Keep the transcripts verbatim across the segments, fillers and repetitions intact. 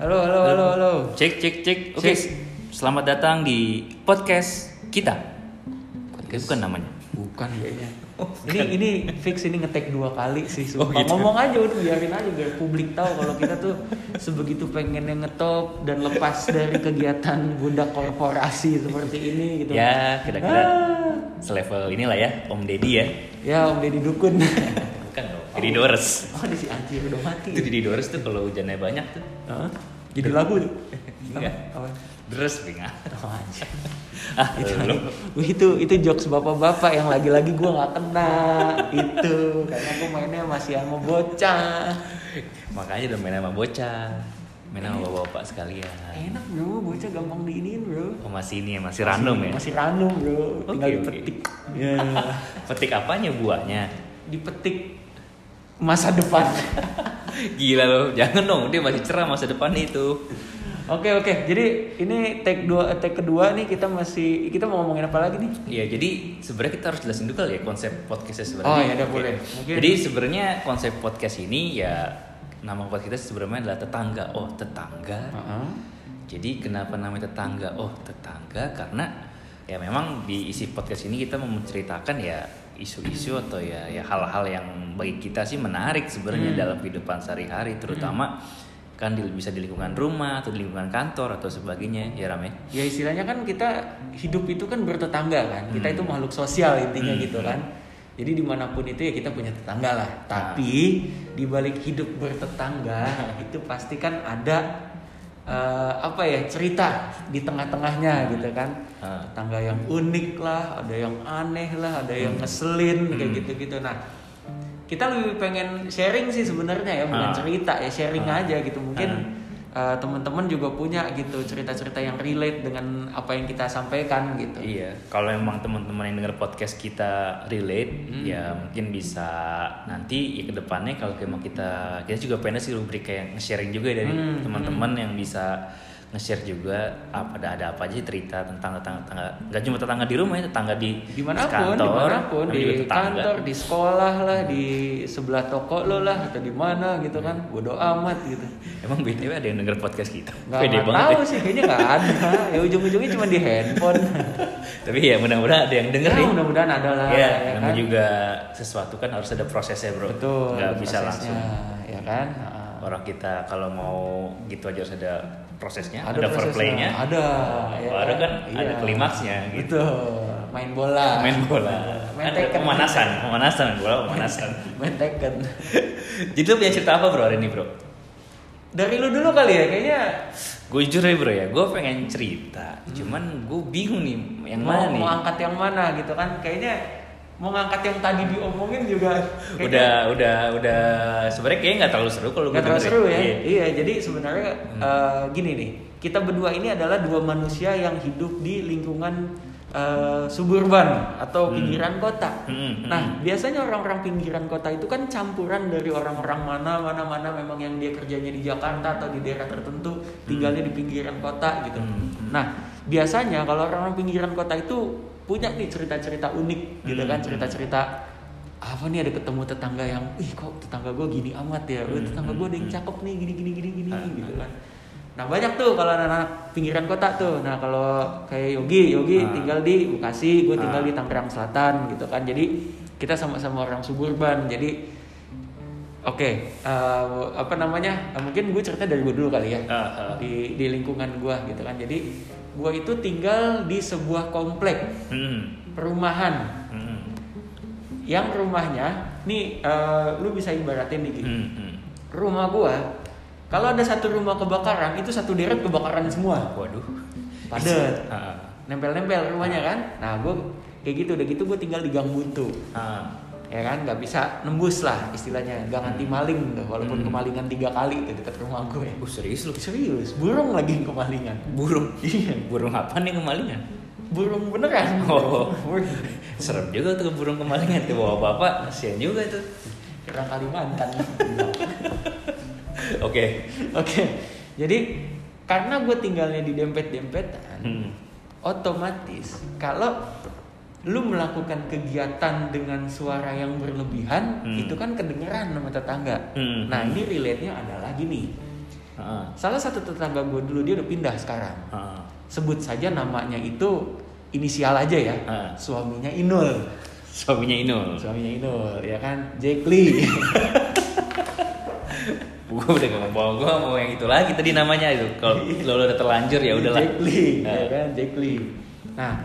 Halo, halo, halo, halo. Cek, cek, cek. Oke, okay. Selamat datang di podcast kita. Podcast bukan namanya. Bukan kayaknya. Oh, ini ini fix ini ngetek dua kali sih. Oh, gitu. Ngomong aja udah biarin aja biar publik tahu kalau kita tuh sebegitu pengennya ngetop dan lepas dari kegiatan budak korporasi seperti ini gitu. Ya, kira-kira ah. selevel inilah ya, Om Deddy ya. Ya, Om Deddy Dukun. Bukan dong. Deddy Dores. Oh, di si anjir udah mati. Itu Deddy Dores tuh kalau hujannya banyak tuh. Heeh. Jadi lagu tuh. Enggak. Apa? Deres bingung. Oh, anjir. Ah, itu, lu. itu itu jokes bapak-bapak yang lagi-lagi gue nggak kena itu karena gue mainnya masih sama bocah. Makanya udah main sama bocah, main sama bapak-bapak sekalian. Enak bro, bocah gampang diinin bro. Oh masih ini ya, masih random ya? Masih random bro, tinggal Okay, dipetik. okay. Ya. Petik apanya buahnya? Dipetik masa depan. Gila loh, jangan dong, dia masih cerah masa depan itu. Oke oke, jadi ini take dua take kedua nih kita masih kita mau ngomongin apa lagi nih? Iya, jadi sebenarnya kita harus jelasin dulu kali ya konsep podcastnya sebenarnya. Oh iya, udah boleh. Mungkin. Jadi sebenarnya konsep podcast ini ya nama podcast kita sebenarnya adalah tetangga. Oh tetangga. Uh-huh. Jadi kenapa namanya tetangga? Oh tetangga karena ya memang di isi podcast ini kita mau menceritakan ya isu-isu atau ya ya hal-hal yang bagi kita sih menarik sebenarnya hmm. dalam kehidupan sehari-hari, terutama hmm. kan di, bisa di lingkungan rumah atau di lingkungan kantor atau sebagainya ya Rame. Ya istilahnya kan kita hidup itu kan bertetangga kan, kita hmm. itu makhluk sosial intinya hmm. gitu kan. Jadi dimanapun itu ya kita punya tetangga lah. Nah. Tapi di balik hidup bertetangga itu pasti kan ada uh, apa ya cerita di tengah-tengahnya gitu kan. Hmm. Tetangga yang unik lah, ada yang aneh lah, ada yang ngeselin hmm. kayak gitu-gitu. Nah kita lebih pengen sharing sih sebenarnya ya, bukan uh, cerita ya, sharing uh, aja gitu. Mungkin uh, uh, teman-teman juga punya gitu cerita-cerita yang relate dengan apa yang kita sampaikan gitu. Iya, kalau emang teman-teman yang denger podcast kita relate, hmm. ya mungkin bisa nanti ya kedepannya kalau emang kita kita juga pengen sih rubrik kayak nge-sharing juga dari hmm. teman-teman hmm. yang bisa nge-share juga apa ada ada apa aja cerita tentang tetangga-tetangga, nggak cuma tetangga di rumah ya, tetangga di dimanapun, kantor, dimanapun di kantor, di sekolah lah, di sebelah toko lo lah atau di mana gitu kan, bodo amat gitu. Emang B T W ada yang denger podcast kita? Nggak tahu ya. Sih, kayaknya nggak ada. Ya ujung-ujungnya cuma di handphone. Tapi ya mudah-mudahan ada yang dengerin. Ya, mudah-mudahan ada lah. Ya, ya karena kan? juga sesuatu kan harus ada prosesnya bro. Betul. Nggak bisa langsung. Ya kan. Orang kita kalau mau gitu aja harus ada prosesnya, ada, ada foreplaynya, ada, ya baru kan iya. ada klimaksnya gitu. Betul. Main bola, main bola, main ada pemanasan, pemanasan main bola, pemanasan. Main Tekken. Jadi lu punya cerita apa bro hari ini bro? Dari lu dulu kali ya, kayaknya. Gue jujur ya bro ya, gue pengen cerita, hmm. cuman gue bingung nih yang mau, mana nih. Mau angkat yang mana gitu kan? Kayaknya mau ngangkat yang tadi diomongin juga. Udah, udah, udah. Sebenarnya kayaknya nggak terlalu seru kalau gue nggak terlalu seru ya. Iya, iya jadi sebenarnya hmm. uh, gini nih, kita berdua ini adalah dua manusia yang hidup di lingkungan uh, suburban atau hmm. pinggiran kota. Hmm. Nah, hmm. biasanya orang-orang pinggiran kota itu kan campuran dari orang-orang mana, mana, mana memang yang dia kerjanya di Jakarta atau di daerah tertentu, tinggalnya hmm. di pinggiran kota gitu. Hmm. Nah, biasanya kalau orang-orang pinggiran kota itu punya nih cerita-cerita unik gitu kan, cerita-cerita apa nih, ada ketemu tetangga yang, ih kok tetangga gue gini amat ya, oh, tetangga gue ada yang cakep nih gini gini gini gini gitu kan. Nah banyak tuh kalau anak-anak pinggiran kota tuh. Nah kalau kayak Yogi, Yogi tinggal di Bekasi, gue tinggal di Tangerang Selatan gitu kan. Jadi kita sama-sama orang suburban. Jadi oke, okay, uh, apa namanya? Uh, mungkin gue cerita dari gue dulu kali ya, uh, uh. di di lingkungan gue gitu kan. Jadi gue itu tinggal di sebuah komplek hmm. perumahan, hmm. yang rumahnya nih, uh, lu bisa ibaratin nih gini. Hmm. Rumah gue, kalau ada satu rumah kebakaran, itu satu deret kebakaran semua. Waduh, padet, uh. nempel-nempel rumahnya kan. Nah gue kayak gitu, udah gitu gue tinggal di gang buntu. Uh. Ya kan, nggak bisa nembus lah istilahnya, gang anti maling tuh, walaupun hmm. kemalingan tiga kali tuh dekat rumah gue. Oh serius lu? Serius, burung lagi yang kemalingan. Burung? Iya. Burung apa nih kemalingan? Burung beneran. Oh, serem juga tuh burung kemalingan tuh, bawa bapak, kasian juga tuh. Orang Kalimantan. Oke. Oke, jadi karena gue tinggalnya di dempet-dempetan, hmm. otomatis kalau lu melakukan kegiatan dengan suara yang berlebihan, hmm. itu kan kedengeran sama tetangga. Hmm. Nah ini relate-nya adalah gini, Uh-uh. Salah satu tetangga gue dulu dia udah pindah sekarang. Uh-uh. Sebut saja namanya itu inisial aja ya. Uh. Suaminya Inul. Suaminya Inul. Suaminya Inul, ya kan? Jack Lee. Gue udah gak mau, gue mau yang itu lagi tadi namanya itu. Kalau lo udah terlanjur ya udahlah. Jack Lee, uh. ya kan? Jack Lee. Nah,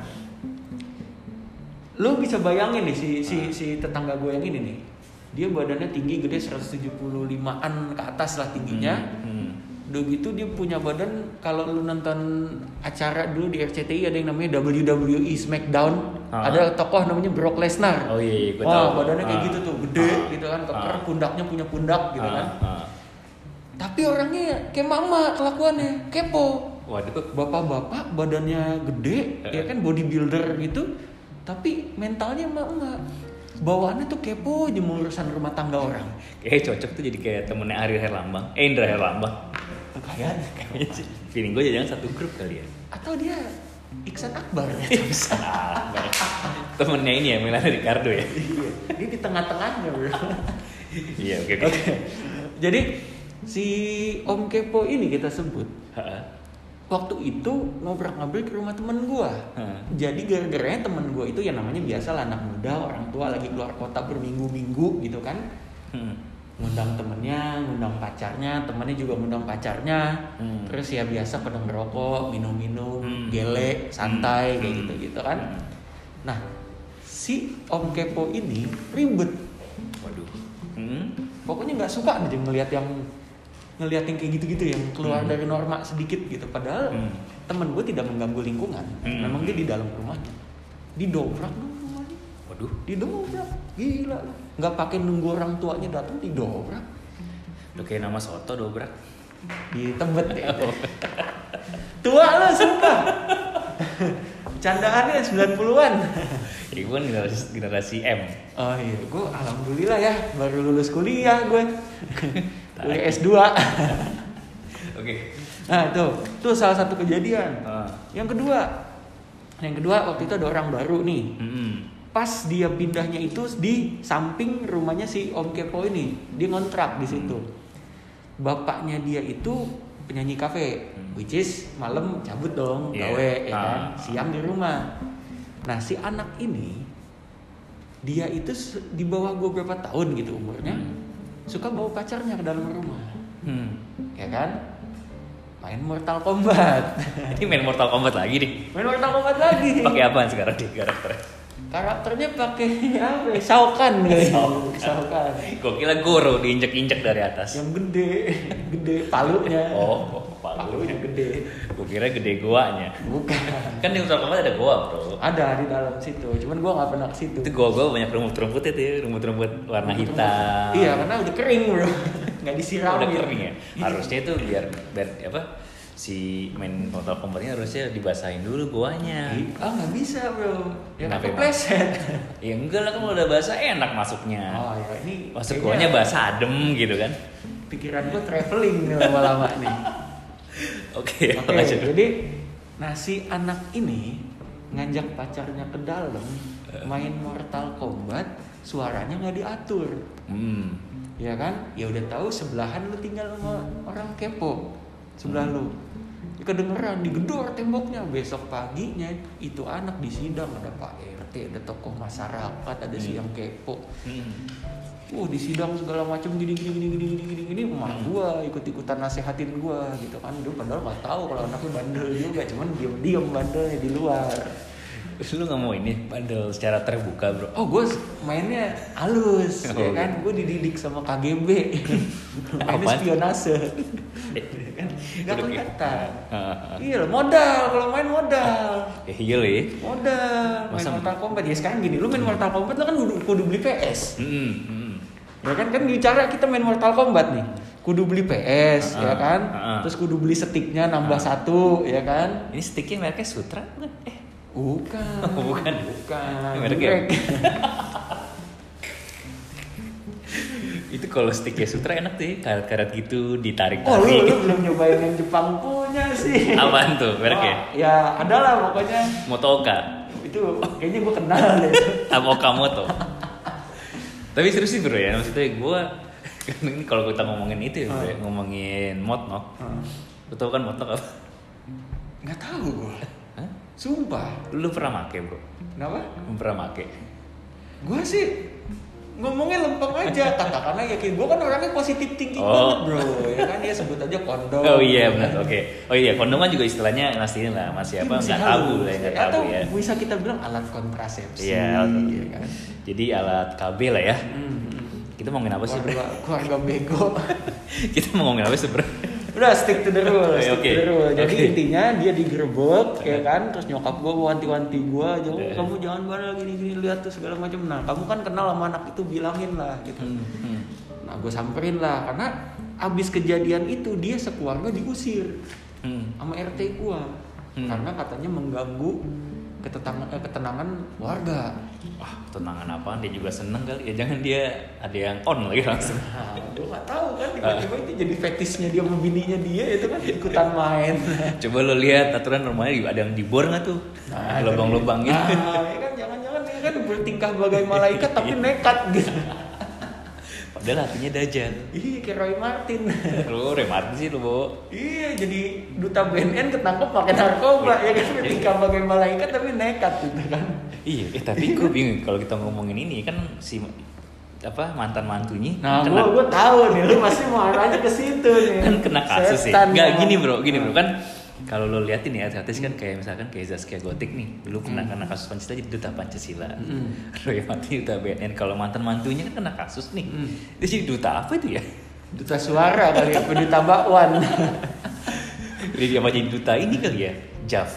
lo bisa bayangin nih si si si tetangga gue yang ini nih. Dia badannya tinggi gede seratus tujuh puluh limaan ke atas lah tingginya. Hmm. Hmm. Udah gitu dia punya badan, kalau lu nonton acara dulu di R C T I ada yang namanya W W E Smackdown. Ah. Ada tokoh namanya Brock Lesnar. Oh iya, gue tahu. Oh, badannya kayak ah. gitu tuh, gede ah. gitu kan, keker, ah. pundaknya punya pundak gitu ah. kan. Ah. Tapi orangnya kayak mama kelakuannya, kepo. Waduh. Bapak-bapak badannya gede, ya kan bodybuilder gitu. Tapi mentalnya mama. Bawaannya tuh kepo aja mau urusan rumah tangga orang. Kayak cocok tuh jadi kayak temennya Ari Herlambang, eh Indra Herlambang. Kayaknya, kayaknya sih. Feeling gue jangan satu grup kali ya. Atau dia Iksan Akbar ya. Iksan Akbar. Temennya ini ya, Melani Ricardo ya. Iya. Dia di tengah-tengahnya bro. Iya oke okay, oke. Okay. Jadi si Om Kepo ini kita sebut. Ha-ha. Waktu itu ngobrak-ngabrik ke rumah temen gue. Hmm. Jadi gara-garanya temen gue itu ya namanya biasa lah anak muda, orang tua lagi keluar kota berminggu-minggu gitu kan. Hmm. Ngundang temennya, ngundang pacarnya, temennya juga ngundang pacarnya. Hmm. Terus ya biasa pada ngerokok, minum-minum, hmm. gele, santai hmm. kayak gitu-gitu kan. Hmm. Nah si Om Kepo ini ribet. Waduh. Hmm. Pokoknya nggak suka aja ngelihat yang ngelihat yang kayak gitu-gitu yang keluar hmm. dari norma sedikit gitu. Padahal hmm. temen gue tidak mengganggu lingkungan. Hmm. Memang dia di dalam rumahnya. Didobrak dong rumahnya. Waduh. Didobrak. Gila lah. Nggak pakai nunggu orang tuanya datang, didobrak. Udah kayak nama soto dobrak. Ditebet ya. Tua lo sumpah. Candaannya sembilan puluhan. Ya gue generasi, generasi M. Oh iya, gue alhamdulillah ya baru lulus kuliah gue. Kuliah S dua. Oke. Okay. Nah itu, itu salah satu kejadian. Uh. Yang kedua, yang kedua waktu itu ada orang baru nih. Mm-hmm. Pas dia pindahnya itu di samping rumahnya si Om Kepo ini, dia ngontrak di situ. Bapaknya dia itu penyanyi kafe, hmm. which is malam cabut dong, yeah. gawe ya kan, uh. siang di rumah. Nah si anak ini, dia itu di bawah gue berapa tahun gitu umurnya, hmm. suka bawa pacarnya ke dalam rumah, hmm. ya kan, main Mortal Kombat. Ini main Mortal Kombat lagi nih. Main Mortal Kombat lagi. Pakai apaan sekarang di karakternya? Karakternya pakai apa? Shao Kahn kali. Shao Kahn. Gue kira Goro diinjek-injek dari atas. Yang gede, gede palunya. Oh, oh palunya gede. Gue kira gede goanya. Bukan. Kan di Mortal Kombat ada goa, bro. Ada di dalam situ. Cuman gue nggak pernah ke situ. Itu goa-goa banyak rumput-rumput itu, ya. rumput-rumput warna rumput hitam. Iya, karena udah kering, bro. Nggak disiram. Udah kering ya. Harusnya itu biar, biar apa? Si main Mortal Kombatnya harusnya dibasahin dulu goanya. Ah nggak bisa bro, ya kan kepleset. Ya enggak lah, kan udah basah enak masuknya. Oh ya ini masuk goanya basah adem gitu kan. Pikiran gue traveling nih lama-lama nih. Oke. Oke. Okay, jadi nah si anak ini ngajak pacarnya ke dalam main Mortal Kombat, suaranya nggak diatur. Hmm. Ya kan? Ya udah tahu sebelahan lu tinggal sama orang kepo sebelah hmm. lu. Kedengeran digedor temboknya. Besok paginya itu anak di sidang, ada Pak R T, ada tokoh masyarakat, ada hmm. si yang kepo. Hmm. Uh di sidang segala macam gini gini gini gini gini gini gini. Emak hmm. gua ikut-ikutan nasehatin gua gitu kan. Dia padahal nggak tahu kalau anaknya bandel juga, cuman diam-diam bandelnya di luar. Lu nggak mau ini bandel secara terbuka bro? Oh gue mainnya halus, oh, ya kan? Gue dididik sama K G B, mainnya spionase, kan? Gak kelihatan. Iya modal, kalau main modal. Eh iya lah. Modal. Main Masa... Mortal Kombat ya sekarang gini, lu main Mortal Kombat lu kan kudu, kudu beli P S. Hmm, hmm. Ya kan kan bicara kita main Mortal Kombat nih, kudu beli P S, uh-uh, ya kan? Uh-uh. Terus kudu beli sticknya nambah uh-uh. satu, ya kan? Ini sticknya mereknya Sutra bukan? Eh. Bukan, oh, bukan, bukan. Merek. Itu kalau sticknya Sutra enak tuh, karet-karet gitu ditarik-tarik. Oh, lu, lu belum nyobain yang Jepang punya sih. Apaan tuh mereknya? Oh, ya, ada lah pokoknya. Motooka. Itu kayaknya gue kenal deh. Apa Okamoto. Tapi serius sih bro ya, maksudnya gue Ini kalau kita ngomongin itu ya, uh. ngomongin motnok. Uh. Lu tau kan motnok apa? Nggak tahu gua. Hah? Sumpah. Lu pernah make, Bro? Kenapa? Lu pernah make? Gua sih ngomongnya lempeng aja, katakanlah yakin. Gua kan orangnya positif thinking oh. banget, Bro. Ya kan dia sebut aja kondom. Oh iya benar, oke. Okay. Oh iya, kondom kan juga istilahnya masih lah, masih apa? Enggak tabu lah, enggak tabu atau ya. bisa kita bilang alat kontrasepsi. Iya, ya kan. Jadi alat K B lah ya. Hmm. Kita mau ngomongin apa sih, Bro? Keluarga bego. Kita mau ngomongin apa sih, Bro? Udah stick to the rule, stick okay. to the rule. Jadi okay. intinya dia digerebek, ya kan, terus nyokap gue wanti-wanti gue, jauh yeah. kamu jangan bandel gini-gini, lihat tuh segala macam. Nah, kamu kan kenal sama anak itu, bilangin lah, gitu. Hmm. Hmm. Nah, gue samperin lah, karena abis kejadian itu dia sekeluarga diusir hmm. sama R T gue, hmm. karena katanya mengganggu ketenangan, eh, ketenangan warga. Wah, ketenangan apaan? Dia juga seneng kali ya. Jangan dia ada yang on lagi langsung. Nah, gue gak tahu kan tiba-tiba uh. itu jadi fetisnya dia sama bininya dia itu kan ikutan main. Coba lo lihat aturan rumahnya ada yang dibor nggak tuh? Nah, lubang-lubang gitu. Nah, ya kan jangan-jangan dia kan bertingkah bagai malaikat tapi nekat gitu. Padahal hatinya Dajjal. Iya, kayak Roy Martin. Lu Roy Martin sih lu, Bo. Iya, jadi duta B N N ketangkep pakai narkoba ya kan, bertingkah bagai malaikat tapi nekat gitu kan. Iya, eh tapi gue bingung kalau kita ngomongin ini kan si apa mantan mantunya. Nah, gue gue tahu nih, lu masih mau arahnya ke situ nih. Kan kena kasus sih. Ya. Enggak gini, Bro, gini, Bro kan. Kalau lo liatin ya, artis kan kayak misalkan kayak Zaskia Gotik nih, dulu pernah kena kasus Pancasila jadi duta Pancasila. Mm. Roy Martin duta B N N. Kalau mantan mantunya kan kena kasus nih, mm. dia jadi duta apa itu ya? Duta suara kali ya, duta bakwan. Jadi apa jadi duta ini kali ya? Jaf.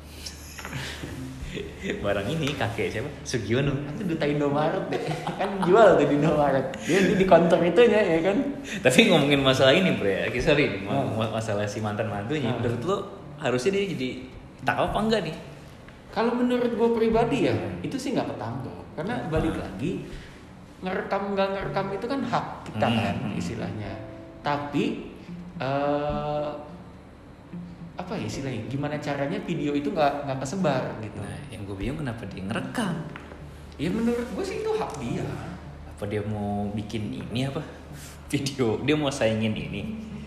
Barang ini kakek siapa? Sugiono. Itu duta Indomaret deh. Kan jual tuh di Indomaret. Dia di kantor itunya ya kan. Tapi ngomongin masalah ini, Bre, ya. Sorry, oh. masalah si mantan mantunya. Oh. Menurut lo harusnya dia jadi tangkap apa enggak nih? Kalau menurut gue pribadi ya, itu sih nggak ketangkep. Karena balik hmm. lagi ngerekam nggak ngerekam itu kan hak kita hmm. kan istilahnya. Tapi uh, apa ya istilahnya? Gimana caranya video itu nggak nggak kesebar gitu? Nah, yang gue bingung kenapa dia ngerekam? Ya menurut gue sih itu hak dia. Apa dia mau bikin ini apa? Video dia mau saingin ini?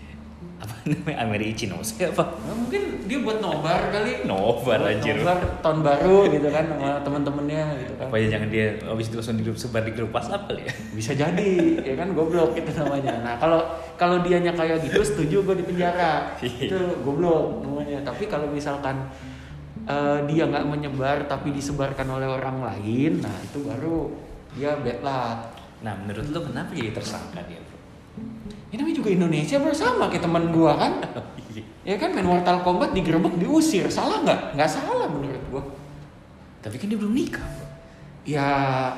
Apa namanya Amerika Cina apa? Nah, mungkin dia buat nobar kali. Nobar anjir. Nobar tahun baru gitu kan sama teman-temannya gitu kan. Apa jangan dia habis itu langsung di grup sebar di grup WhatsApp kali ya? Bisa jadi, ya kan goblok itu namanya. Nah, kalau kalau dianya kayak gitu setuju gue di penjara. Itu goblok namanya. Tapi kalau misalkan uh, dia nggak menyebar tapi disebarkan oleh orang lain, nah itu baru dia bad luck. Nah, menurut lo kenapa jadi tersangka dia, Bro? Ini namanya juga Indonesia bersama kayak teman gua kan. Ya kan main Mortal Kombat digerebek diusir, salah nggak? Nggak salah menurut gua. Tapi kan dia belum nikah, Bro. Ya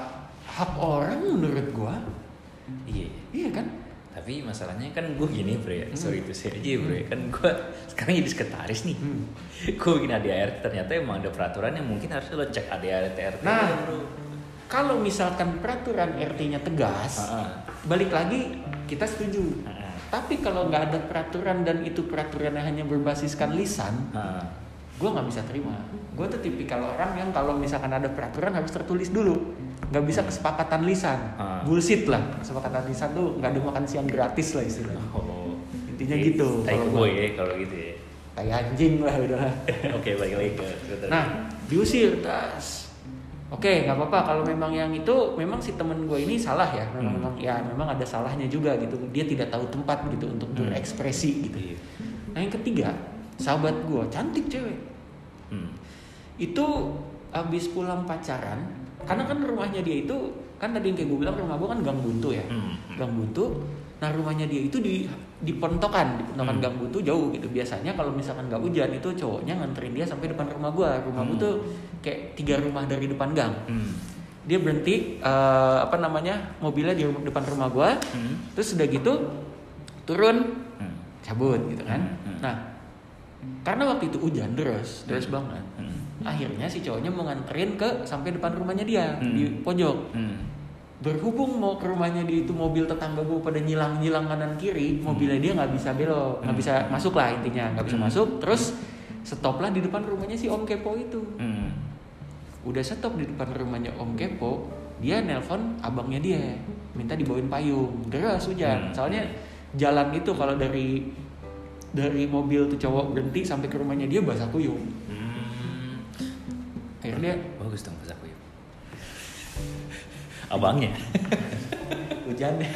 hak orang menurut gua. Iya, iya kan. Tapi masalahnya kan gua gini, Bro ya. Hmm. Sorry itu saya aja, Bro. Kan gua sekarang jadi sekretaris nih. Hmm. Gua bikin A D A R T, ternyata emang ada peraturan yang mungkin harus lo cek A D A R T R T. Nah, Bro. Kalau misalkan peraturan R T-nya tegas, uh-huh. balik lagi kita setuju. Uh-huh. Tapi kalau nggak ada peraturan dan itu peraturannya hanya berbasiskan lisan, uh-huh. gue nggak bisa terima. Gue tuh tipikal orang yang kalau misalkan ada peraturan harus tertulis dulu. Nggak bisa kesepakatan lisan, uh-huh. bullshit lah. Kesepakatan lisan tuh nggak ada makan siang gratis lah istilahnya. Oh. Intinya okay. gitu. Tai boy ya kalau gitu ya. Tai anjing lah udah. Oke, balik lagi ke. Nah, diusir tas. Oke, nggak apa-apa kalau memang yang itu memang si temen gue ini salah ya, memang, hmm. memang ya memang ada salahnya juga gitu, dia tidak tahu tempat gitu untuk hmm. berekspresi gitu. Hmm. Nah yang ketiga, sahabat gue cantik cewek, hmm. itu abis pulang pacaran, karena kan rumahnya dia itu kan tadi yang kayak gue bilang rumah gue kan gang buntu ya, hmm. gang buntu. Nah rumahnya dia itu di di pontokan, di pontokan hmm. gang buntu jauh gitu. Biasanya kalau misalkan nggak hujan itu cowoknya nganterin dia sampai depan rumah gua. Rumah hmm. gua tuh kayak tiga rumah dari depan gang. Hmm. Dia berhenti uh, apa namanya mobilnya di depan rumah gua. Hmm. Terus udah gitu turun hmm. cabut gitu kan. Hmm. Nah karena waktu itu hujan deras, deras hmm. banget. Hmm. Akhirnya si cowoknya mau nganterin ke sampai depan rumahnya dia hmm. di pojok. Hmm. Berhubung mau ke rumahnya dia itu mobil tetangga gue pada nyilang-nyilang kanan kiri, mobilnya dia nggak bisa belok, nggak bisa masuk lah intinya, nggak bisa masuk. Terus stop lah di depan rumahnya si Om Kepo itu. Udah stop di depan rumahnya Om Kepo, dia nelpon abangnya dia. minta dibawain payung, deras hujan. Hmm. Soalnya jalan itu kalau dari dari mobil tuh cowok berhenti sampai ke rumahnya dia basah kuyup. Hmm. Akhirnya bagus dong basah kuyup. Abangnya. Hujannya.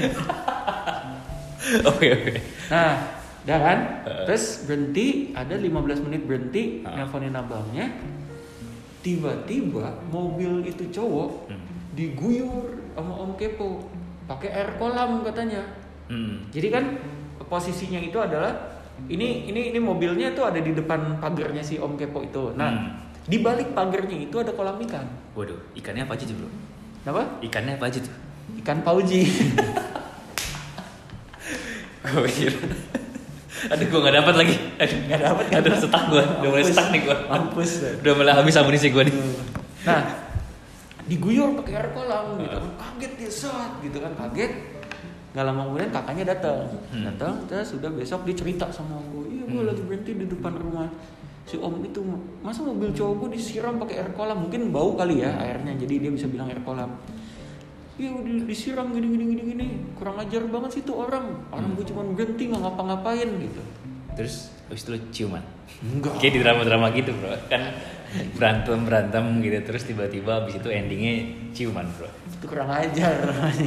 Oke oke. Nah, dah kan? Uh. Terus berhenti, ada lima belas menit berhenti, uh. nelfonin abangnya. Tiba-tiba mobil itu cowok hmm. diguyur sama Om Kepo pakai air kolam katanya. Hmm. Jadi kan posisinya itu adalah ini ini ini mobilnya tuh ada di depan pagarnya si Om Kepo itu. Nah, hmm. di balik pagarnya itu ada kolam ikan. Waduh, ikannya apa aja tuh, Bro? Apa? Ikannya apa aja tuh? Ikan pauji. Gue pikir aduh gue gak dapat lagi. Aduh gak dapat kan? Aduh stuck gue. Udah mulai stuck nih gue. Mampus. Udah mulai habis amunisi gue nih. Nah, diguyur pakai air kolam gitu kan. Kaget dia saat gitu kan, kaget. Gak lama kemudian kakaknya datang. Hmm. Datang terus sudah besok dia cerita sama gue. Iya gue hmm. lagi berhenti di depan rumah si Om itu. Masa mobil cowok gue disiram pakai air kolam? Mungkin bau kali ya airnya, jadi dia bisa bilang air kolam. Iya udah disiram gini gini gini gini, kurang ajar banget sih tuh orang. Orang gue cuma berhenti nggak ngapa-ngapain gitu. Terus habis itu lo ciuman? Enggak. Kayak di drama-drama gitu bro, kan berantem berantem gitu terus tiba-tiba habis itu endingnya ciuman bro. Itu kurang ajar.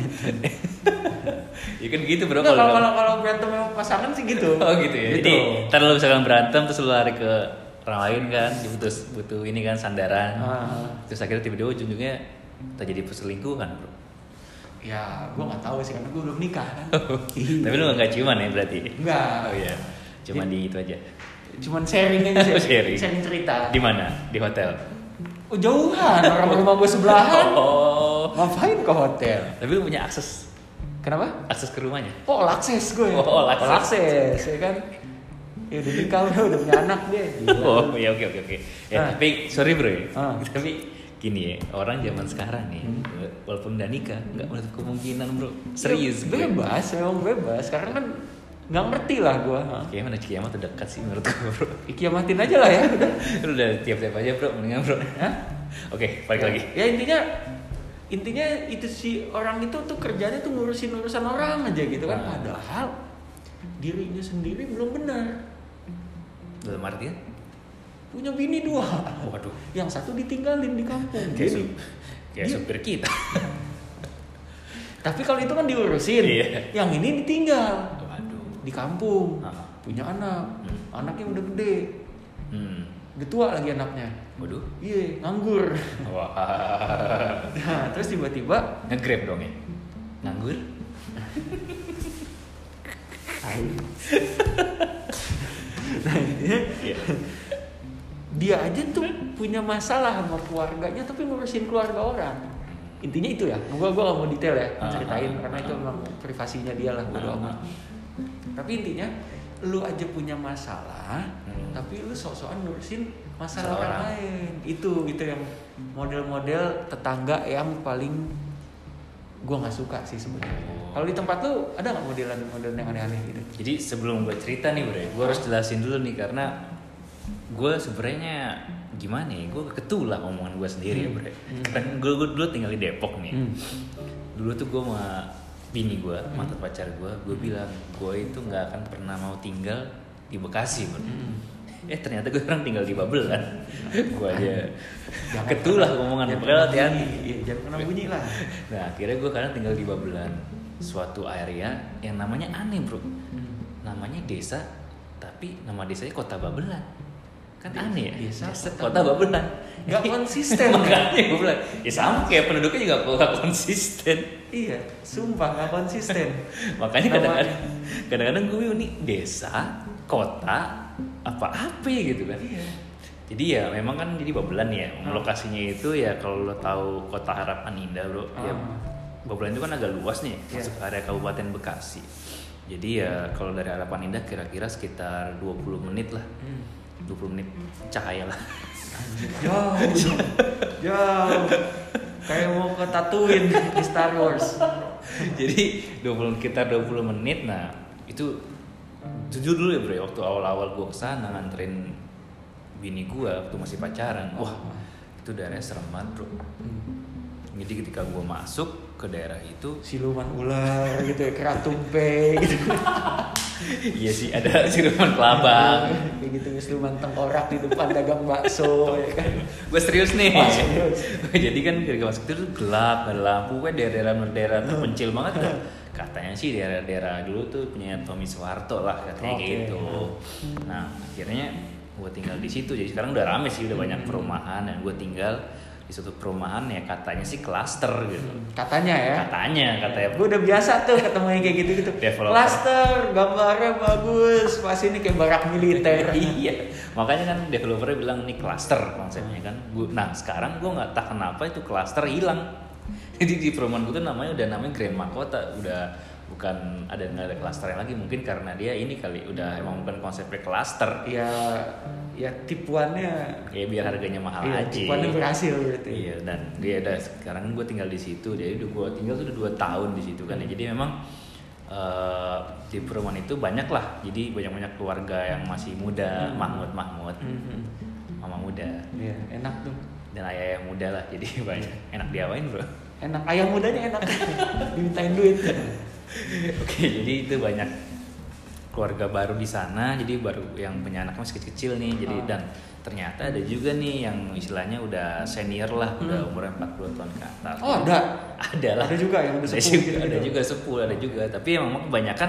Ya kan gitu bro. Nggak, kalau kalau kalau berantem sama pasangan sih gitu. Oh gitu ya. Gitu. Jadi ntar lo misalkan berantem terus lo lari ke orang lain kan, butuh butuh ini kan sandaran. Ah. Terus akhirnya tiba-tiba ujung-ujungnya terjadi perselingkuhan bro. Ya, gue nggak tahu sih karena gue belum nikah kan. Tapi lu nggak ciuman ya berarti? Enggak. Oh iya, cuman di itu aja. Cuman sharing aja, sharing. sharing cerita. Di mana? Di hotel? Oh jauhan, orang rumah gue sebelahan. Oh. Ngapain ke hotel? Tapi lu punya akses. Kenapa? Akses ke rumahnya? Oh, akses gue. Oh, all akses. All akses, ya kan. Ya udah nikah udah, udah punya anak deh. Oh, ya oke oke oke. Ya, nah. Tapi sorry bro ya. Ah. Tapi gini ya, orang zaman sekarang nih, hmm. walaupun udah nikah, nggak menutup kemungkinan bro, serius. Ya, bebas, memang bebas. Sekarang kan nggak ngerti lah gue. Kayaknya mana kiamat udah dekat sih menurut gue bro. Kiamatin aja lah ya. Udah. Udah tiap-tiap aja bro, mendingan bro. Hah? Oke, balik ya, lagi. Ya intinya, intinya itu si orang itu tuh kerjanya tuh ngurusin urusan orang aja gitu kan. Nah. Padahal dirinya sendiri belum benar. Dalam artian? Punya bini dua. Waduh. Yang satu ditinggalin di kampung. Jadi kayak supir kita. Tapi kalau itu kan diurusin. Iya. Yang ini ditinggal. Waduh. Di kampung. Ah. Punya anak. Hmm. Anaknya udah gede. Hmm. Udah tua lagi anaknya. Waduh. Iya, nganggur. Wah. Nah, terus tiba-tiba nge-grab dong ya. Nganggur. Nah, ini dia aja tuh punya masalah sama keluarganya tapi ngurusin keluarga orang. Intinya itu ya. Gua gua gak mau detail ya ceritain uh, uh, karena uh, itu memang privasinya dia lah bodo amat. Tapi intinya lu aja punya masalah hmm. tapi lu sok-sokan ngurusin masalah orang lain. Itu itu yang model-model tetangga yang paling gua nggak suka sih sebenarnya. Oh. Kalau di tempat lu ada nggak modelan-modelan yang aneh-aneh gitu? Jadi sebelum gue cerita nih bre, gue harus jelasin dulu nih karena gue sebenarnya gimana ya, gue ketulah omongan gue sendiri hmm. ya bre. Hmm. Karena gue, gue dulu tinggal di Depok nih. Hmm. Dulu tuh gue sama bini gue, hmm. mantan pacar gue, gue bilang gue itu nggak akan pernah mau tinggal di Bekasi bre. Hmm. Eh ternyata gue sekarang tinggal di Babelan. Gue aja ketulah omongan gue, padahal hati-hati. Iya, jangan pernah bunyi lah. Nah akhirnya gue sekarang tinggal di Babelan, suatu area yang namanya aneh bro. Hmm. Namanya desa, tapi nama desanya Kota Babelan. Kan aneh ya, desa, desa Kota Babelan. Gak konsisten. Makanya gue bilang, ya sama kayak penduduknya juga gak konsisten. Iya, sumpah gak konsisten. Makanya kadang-kadang kadang-kadang gue bingung nih, desa, kota, apa-apa gitu kan. Iya. Jadi ya memang kan jadi Babelan ya, hmm. lokasinya itu ya kalau lo tahu Kota Harapan Indah bro, hmm. ya Babelan itu kan agak luas nih, yeah. masuk area Kabupaten Bekasi. Jadi ya kalau dari Harapan Indah kira-kira sekitar dua puluh menit lah, hmm. dua puluh menit cahaya lah. Jauh, jauh, kayak mau ke Tatooine di Star Wars. Jadi dua puluh sekitar dua puluh menit, nah itu jujur dulu ya bro, waktu awal-awal gue kesana nganterin bini gue waktu masih pacaran, wah itu daerahnya serem banget bro. Jadi ketika gue masuk ke daerah itu siluman ular gitu ya, keratumpe gitu. Iya sih, ada siluman kelabang kayak gitu, siluman tengkorak di depan dagang bakso ya kan. Gue serius nih. Oh, serius. Jadi kan ketika masuk itu gelap, gak ada lampu, kan daerah-daerah terpencil banget dah. Katanya sih daerah-daerah dulu tuh punya Tommy Soeharto lah katanya, okay, kayak gitu. Nah akhirnya gue tinggal di situ. Jadi sekarang udah rame sih, udah banyak perumahan, dan gue tinggal di suatu perumahan ya katanya sih klaster gitu. Katanya ya. Katanya, katanya. Gue udah biasa tuh ketemu yang kayak gitu-gitu. Klaster, gambarnya bagus, pas ini kayak barak militer. Iya. Makanya kan developernya bilang nih klaster konsepnya kan. Nah sekarang gue nggak tahu kenapa itu klaster hilang. Jadi di perumahan gue tuh namanya udah namanya Grand Mahkota, udah bukan ada nggak ada klasternya lagi, mungkin karena dia ini kali udah emang bukan konsepnya klaster. Ya, ya tipuannya. Ya biar harganya mahal iya, aja. Tipuannya berhasil berarti. Iya, dan dia udah sekarang gue tinggal di situ, jadi udah gue tinggal tuh udah dua tahun di situ kan ya. Jadi memang uh, di perumahan itu banyak lah, jadi banyak-banyak keluarga yang masih muda, hmm. Mahmud-Mahmud, hmm. mama muda. Iya, enak tuh. Dan ayah yang muda lah, jadi banyak. Enak diapain bro? Enak, ayah mudanya enak. Dimintain duit. Oke, jadi itu banyak keluarga baru di sana, jadi baru yang punya anak masih kecil-kecil nih. Jadi oh. Dan ternyata ada juga nih yang istilahnya udah senior lah, hmm. udah umur empat puluh tahun ke atas. Oh, ada. Ada lah. Ada juga yang udah sepuh gitu. Ada juga sepuh, ada juga. Tapi emang kebanyakan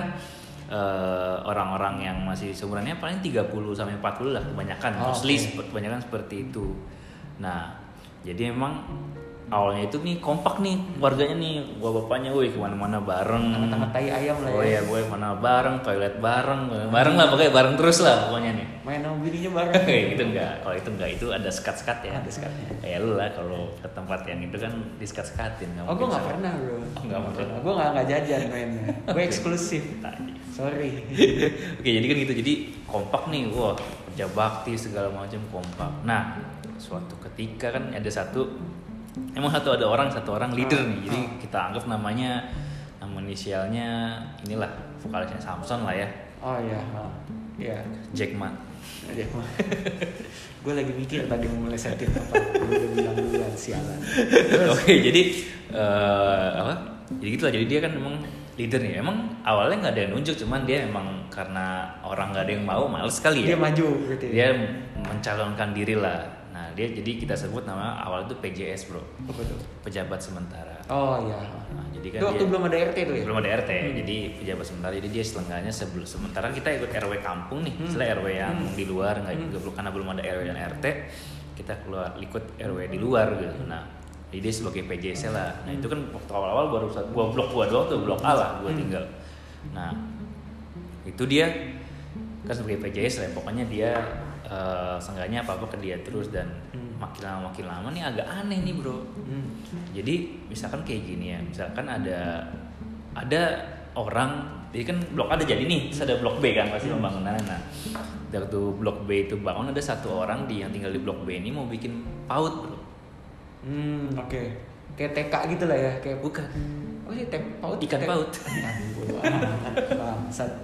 uh, orang-orang yang masih seumurannya paling tiga puluh sampai empat puluh lah kebanyakan. Oh, mostly okay. kebanyakan seperti itu. Nah, jadi emang awalnya itu nih kompak nih warganya nih, gua bapaknya, woi kemana-mana bareng, tengah-tengah tai ayam lah ya. Oh iya, gue mana bareng, toilet bareng, bareng lah pokoknya bareng terus lah pokoknya nih. Main sama bininya bareng. Kayak gitu enggak, kalau itu enggak, itu ada sekat-sekat ya. Ada sekatnya. Kayak lu lah kalau ke tempat yang itu kan disekat-sekatin. Oh gue nggak pernah bro. Oh, nggak pernah. Gue nggak nggak jajan mainnya. Gue eksklusif. Sorry. Oke, jadi kan gitu, jadi kompak nih, wah kerja bakti segala macam kompak. Nah suatu ketika kan ada satu emang satu ada orang satu orang leader nih, jadi kita anggap namanya nama inisialnya inilah vokalisnya Samson lah ya. Oh iya, iya. Jack Ma. Jack Ma. Gue lagi mikir tadi mau melesetin apa, gue udah bilang duluan sialan. Oke, jadi uh, apa? Jadi gitulah, jadi dia kan emang leader nih. Emang awalnya nggak ada yang nunjuk, cuman dia emang karena orang nggak ada yang mau, males sekali ya. Dia maju, berarti. Dia mencalonkan diri lah. Nah dia jadi kita sebut nama awal itu P J S bro. Apa tuh? Pejabat sementara. Oh iya. Nah, jadi kan itu waktu dia, belum ada R T tuh ya? Belum ada R T, hmm. jadi pejabat sementara. Jadi dia selengganya sebelum sementara kita ikut R W kampung nih, hmm. setelah R W yang hmm. di luar nggak hmm. juga karena belum ada R W dan R T, kita keluar ikut R W di luar gitu. Nah jadi dia sebagai P J S lah. Nah itu kan waktu awal-awal baru satu gua blok gua doang tuh, blok A lah gua tinggal. Nah itu dia kan sebagai P J S lah, pokoknya dia uh, seenggaknya apa-apa ke dia terus, dan hmm. makin lama makin lama nih agak aneh nih bro. Hmm. Jadi misalkan kayak gini ya, misalkan ada ada orang, jadi kan blok A ada jadi nih, terus ada blok B kan pasti hmm. pembangunannya. Nah waktu blok B itu bangun, ada satu orang di yang tinggal di blok B ini mau bikin PAUD bro. Hmm oke, okay. Kayak T K gitu lah ya, kayak bukan. Oh sih, te- paut ikan te- paut. Bangsat.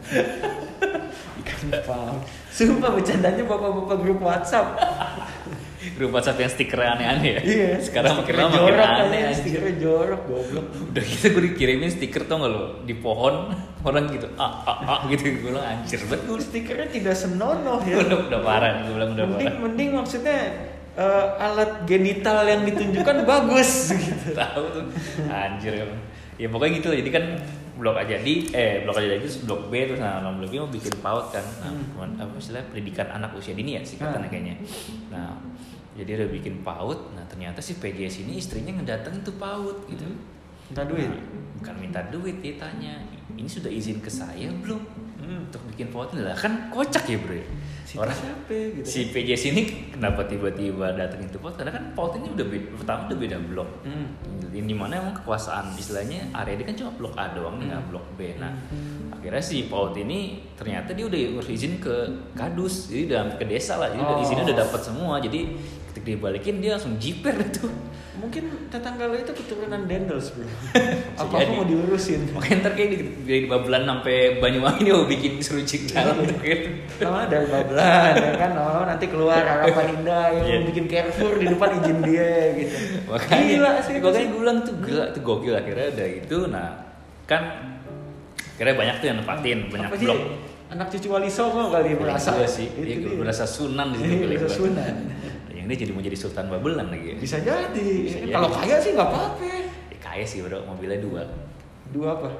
Ikan paut. Sumpah bercandanya bapak-bapak grup WhatsApp. Grup WhatsApp yang stiker aneh-aneh ya. Iya. Sekarang makin lama makin aneh. Stikernya jorok, goblok. Udah gitu gue dikirimin stiker tau gak lo, di pohon orang gitu, ah ah ah gitu, gue bilang anjir betul. Stikernya tidak senonoh ya. Udah udah parah, gue bilang udah mending, parah. Mending maksudnya uh, alat genital yang ditunjukkan bagus gitu. Tahu tuh, anjir ya. Ya pokoknya gitu lah, jadi kan blok A jadi, eh blok A jadi itu blok B, terus nah blok B mau bikin PAUD kan, nah hmm. apa istilahnya pendidikan anak usia dini ya singkatannya hmm. kayaknya. Nah jadi udah bikin PAUD, nah ternyata si P J S ini istrinya ngedatengin tuh PAUD gitu. Minta duit? Nah, bukan minta duit, dia tanya, ini sudah izin ke saya belum hmm. untuk bikin PAUD ini lah, kan kocak ya bro. Si orang siapa, gitu. Si P J S ini kenapa tiba-tiba datengin tuh PAUD? Karena kan PAUD ini udah beda, pertama udah beda blok. Hmm. Ini dimana emang kekuasaan istilahnya area ini kan cuma blok A doang, hmm. nggak blok B. Nah hmm. akhirnya si PAUD ini ternyata dia udah ngurus izin ke Kadus, jadi udah ke desa lah, jadi oh. izinnya udah dapat semua. Jadi ketika ketika dibalikin dia langsung jiper itu. Mungkin tetangga lo itu keturunan Dendels bro. Apa mau diurusin? Makanya ntar kayak di, di Babelan sampai Banyuwangi dia mau bikin serucing dalam gitu. Nama dari Babelan ya kan, oh, nanti keluar Harapan Indah yang yeah. bikin Carrefour di depan izin dia gitu. Makanya, gila sih. Makanya gue bilang tuh gila tuh gokil akhirnya ada itu. Nah kan akhirnya banyak tuh yang nempatin, banyak blog. Anak cucu Wali Songo kali merasa sih. Dia merasa Sunan di situ. Merasa Sunan. Ini jadi mau jadi Sultan Babelan lagi. Bisa jadi. Kalau kaya sih nggak apa-apa. Ya, kaya sih bro, mobilnya dua. Dua apa?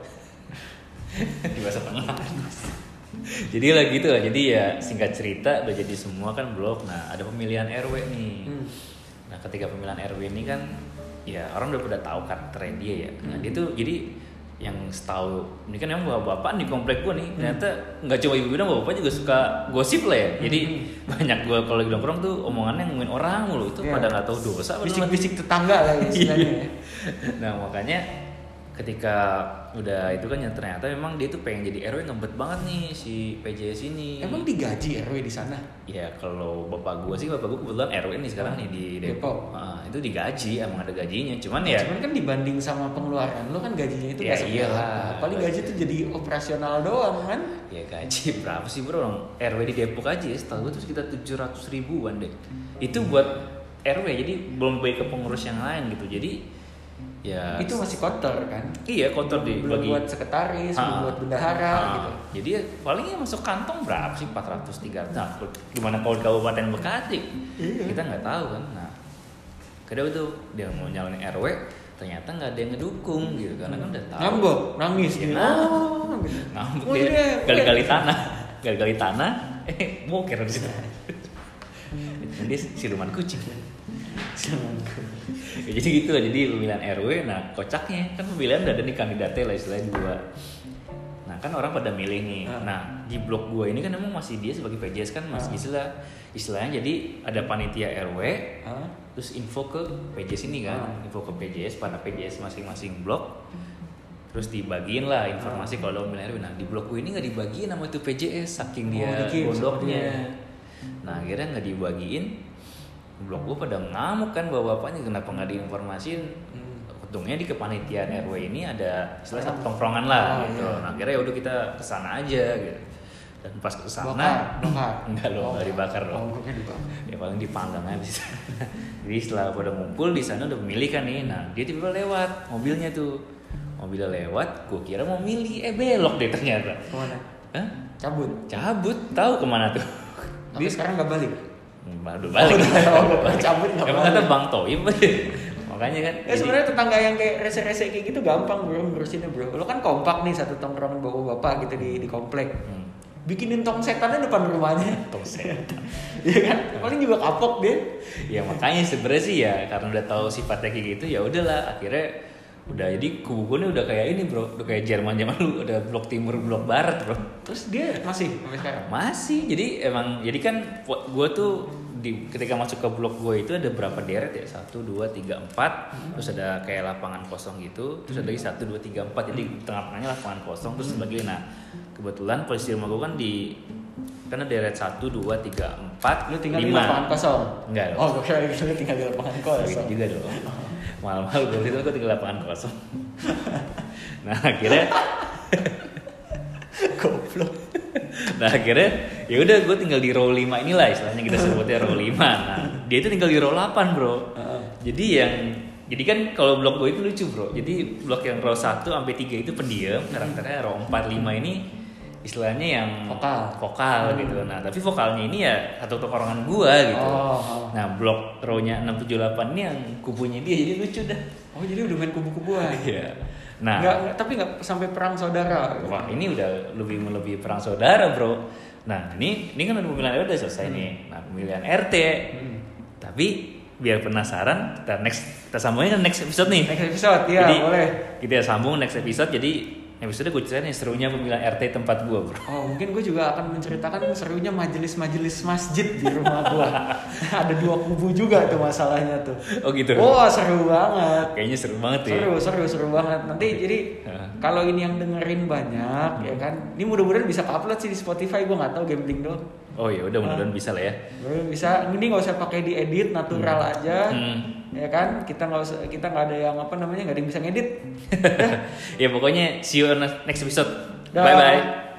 Dua setengah. Jadi lah gitu lah. Jadi ya singkat cerita udah jadi semua kan blok. Nah ada pemilihan R W nih. Hmm. Nah ketika pemilihan R W ini kan, ya orang udah pada tahu karakternya dia ya. Nah hmm. dia tuh jadi yang setahu ini kan yang bapak-bapak di komplek gue nih ternyata nggak cuma ibu bilang bapak juga suka gosip lah ya, jadi hmm. banyak gue kalau lagi nongkrong tuh omongannya ngomongin orang mulu itu yeah. pada nggak tahu dosa bisik-bisik tetangga lah istilahnya. Nah makanya ketika udah itu kan yang ternyata memang dia tuh pengen jadi R W ngebet banget nih si P J S ini. Emang digaji R W di sana? Ya kalau bapak gue sih bapak gue kebetulan R W nih sekarang nih di Depok. Nah, itu digaji, emang ada gajinya. Cuman ya. Cuman kan dibanding sama pengeluaran lo kan gajinya itu ya iyalah. Paling gaji tuh jadi operasional doang kan? Ya gaji berapa sih bro? R W di Depok aja ya setahu gue tuh sekitar tujuh ratus ribuan deh. Itu buat R W jadi belum baik ke pengurus yang lain gitu. Jadi ya itu masih kotor kan? Iya kotor di belum bagi buat sekretaris, belum buat bendahara ha, gitu. Jadi ya palingnya masuk kantong berapa sih empat ratus tiga ratus. Nah, gimana kalau di Kabupaten Bekasi? Iya. Kita nggak tahu kan. Nah, kedua tuh dia mau nyalonin R W, ternyata nggak ada yang ngedukung gitu karena kan udah tahu. Ngambek, nangis ya, gitu. Oh, gitu. Ngambek oh, dia, gali-gali tanah, gali-gali tanah, eh boker di situ. Dia siluman kucing. Siluman kucing. Ya, jadi gitu lah, jadi pemilihan R W. Nah kocaknya kan pemilihan udah ada nih kandidatnya lah istilahnya dua. Nah kan orang pada milih nih. Uh. Nah di blok gue ini kan emang masih dia sebagai P J S kan masih uh. istilah istilahnya jadi ada panitia R W, uh. terus info ke P J S ini kan, uh. info ke P J S pada P J S masing-masing blok. Terus dibagiin lah informasi uh. kalau pemilihan R W. Nah di blok gue ini nggak dibagiin sama itu P J S saking dia oh, bodohnya. Nah akhirnya nggak dibagiin. Blok gue pada ngamuk kan bapak-bapaknya kenapa nggak diinformasiin. hmm. Untungnya di kepanitiaan R W ini ada istilah satu tongkrongan lah oh, gitu iya. Nah akhirnya udah kita kesana aja gitu. Dan pas kesana bakar, enggak loh, nggak oh, dibakar loh oh, ya paling dipanggang aja bisa. Jadi setelah pada ngumpul di sana udah memilih kan nih. Nah dia tiba-tiba lewat mobilnya tuh mobilnya lewat gue kira mau milih eh belok deh ternyata. Kemana? Hah? Cabut cabut tahu kemana tuh. Tapi dia sekarang nggak balik. Baru balik. Oh, udah cabut enggak. Emang kata Bang Toib. Makanya kan. Ya sebenarnya tetangga yang kayak rese-rese kayak gitu gampang bro ngurusinnya bro. Lo kan kompak nih satu tongkrongan bapak-bapak gitu di di komplek. Hmm. Bikinin tong setannya depan rumahnya. Tong setan. Iya kan? Paling juga kapok deh. Ya makanya sebenarnya sih ya karena udah tahu sifatnya kayak gitu ya udahlah akhirnya udah jadi kubu gue udah kayak ini bro, udah kayak Jerman zaman dulu, udah blok timur blok barat bro. Terus dia masih sampai sekarang masih. Jadi emang jadi kan gue tuh di ketika masuk ke blok gue itu ada berapa deret ya, satu dua tiga empat, terus ada kayak lapangan kosong gitu, terus ada lagi satu dua tiga empat, jadi tengah-tengahnya lapangan kosong terus sebagainya. Nah kebetulan posisi rumah gue kan di karena deret satu dua tiga empat. Lu tinggal lima. Di lapangan kosong? Enggak dong. Oh gue kira lu tinggal di lapangan kosong. Gitu juga dong. Malam-malam gue itu gue tinggal lapangan kosong. Nah akhirnya goblok. Nah akhirnya ya udah gue tinggal di row lima inilah istilahnya kita sebutnya row lima. Nah dia itu tinggal di row delapan bro. Jadi yang jadi kan kalau blok gue itu lucu bro. Jadi blok yang row satu sampai tiga itu pendiam, karakternya row empat lima ini istilahnya yang vokal, vokal hmm. gitu. Nah tapi vokalnya ini ya satu tongkrongan gua gitu. Oh, oh. Nah blok row-nya enam tujuh delapan ini yang kubunya dia, jadi lucu dah. Oh jadi udah main kubu-kubuan. Iya. Nah nggak, nggak, tapi nggak sampai perang saudara. Wah ini udah lebih melebihi perang saudara bro. Nah ini ini kan pemilihan R T udah selesai hmm. nih. Nah pemilihan R T. Hmm. Tapi biar penasaran kita next kita sambungin kan next episode nih. Next episode ya jadi, boleh. Kita sambung next episode jadi episode gue ceritain serunya pemilihan R T tempat gue bro. Oh mungkin gue juga akan menceritakan serunya majelis-majelis masjid di rumah gue. Ada dua kubu juga tuh masalahnya tuh. Oh gitu. Oh seru banget. Kayaknya seru banget ya. Seru seru seru banget. Nanti okay. Jadi kalau ini yang dengerin banyak hmm. ya kan. Ini mudah-mudahan bisa upload sih di Spotify. Gue nggak tahu gambling dong. Oh ya udah mudah-mudahan uh, bisa lah ya. Bisa. Ini nggak usah pakai diedit, natural hmm. aja. Hmm. Ya kan, kita nggak usah, kita nggak ada yang apa namanya, nggak ada yang bisa ngedit. Ya pokoknya see you on next episode. Bye bye.